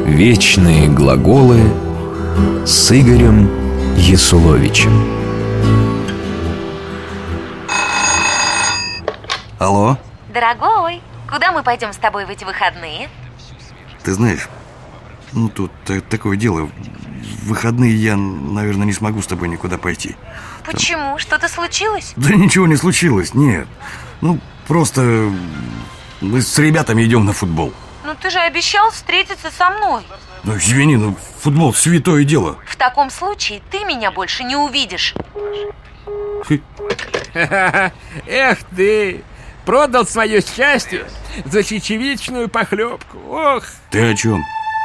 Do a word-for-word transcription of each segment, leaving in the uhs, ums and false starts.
Вечные глаголы с Игорем Ясуловичем. Алло. Дорогой, куда мы пойдем с тобой в эти выходные? Ты знаешь, ну тут такое дело. В выходные я, наверное, не смогу с тобой никуда пойти. Почему? Там... Что-то случилось? Да ничего не случилось, нет. Ну, просто мы с ребятами идем на футбол. Ну ты же обещал встретиться со мной. Ну извини, ну футбол святое дело. В таком случае ты меня больше не увидишь. Эх ты, продал свое счастье за чечевичную похлебку. Ох. Ты о чем?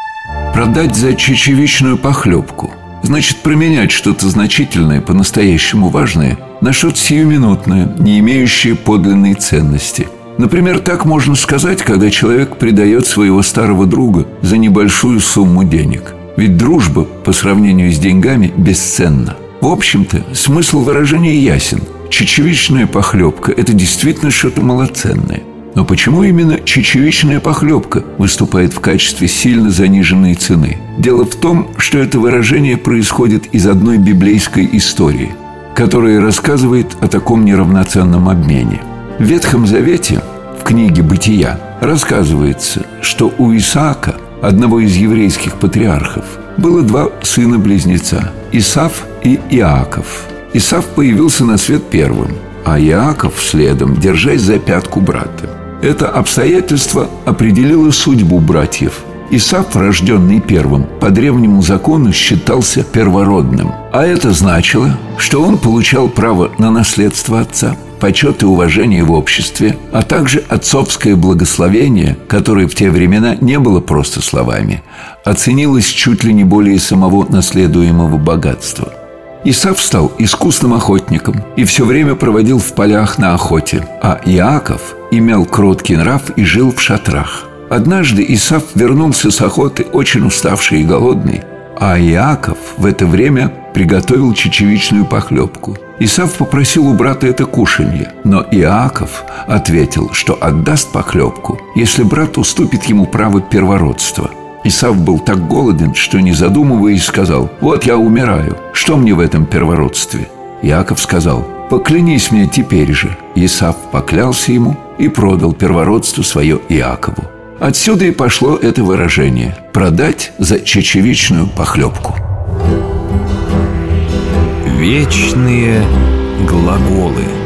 Продать за чечевичную похлебку значит променять что-то значительное, по-настоящему важное, на что-то сиюминутное, не имеющее подлинной ценности. Например, так можно сказать, когда человек предает своего старого друга за небольшую сумму денег. Ведь дружба, по сравнению с деньгами, бесценна. В общем-то, смысл выражения ясен. Чечевичная похлебка – это действительно что-то малоценное. Но почему именно чечевичная похлебка выступает в качестве сильно заниженной цены? Дело в том, что это выражение происходит из одной библейской истории, которая рассказывает о таком неравноценном обмене. В Ветхом Завете, в книге «Бытия», рассказывается, что у Исаака, одного из еврейских патриархов, было два сына-близнеца – Исав и Иаков. Исав появился на свет первым, а Иаков следом, держась за пятку брата. Это обстоятельство определило судьбу братьев. Исав, рожденный первым, по древнему закону считался первородным. А это значило, что он получал право на наследство отца, почет и уважение в обществе, а также отцовское благословение, которое в те времена не было просто словами, а ценилось чуть ли не более самого наследуемого богатства. Исав стал искусным охотником и все время проводил в полях на охоте, а Иаков имел кроткий нрав и жил в шатрах. Однажды Исав вернулся с охоты очень уставший и голодный, а Иаков в это время приготовил чечевичную похлебку. Исав попросил у брата это кушанье, но Иаков ответил, что отдаст похлебку, если брат уступит ему право первородства. Исав был так голоден, что, не задумываясь, сказал: «Вот я умираю, что мне в этом первородстве?» Иаков сказал: «Поклянись мне теперь же». Исав поклялся ему и продал первородство свое Иакову. Отсюда и пошло это выражение – продать за чечевичную похлебку. Вечные глаголы.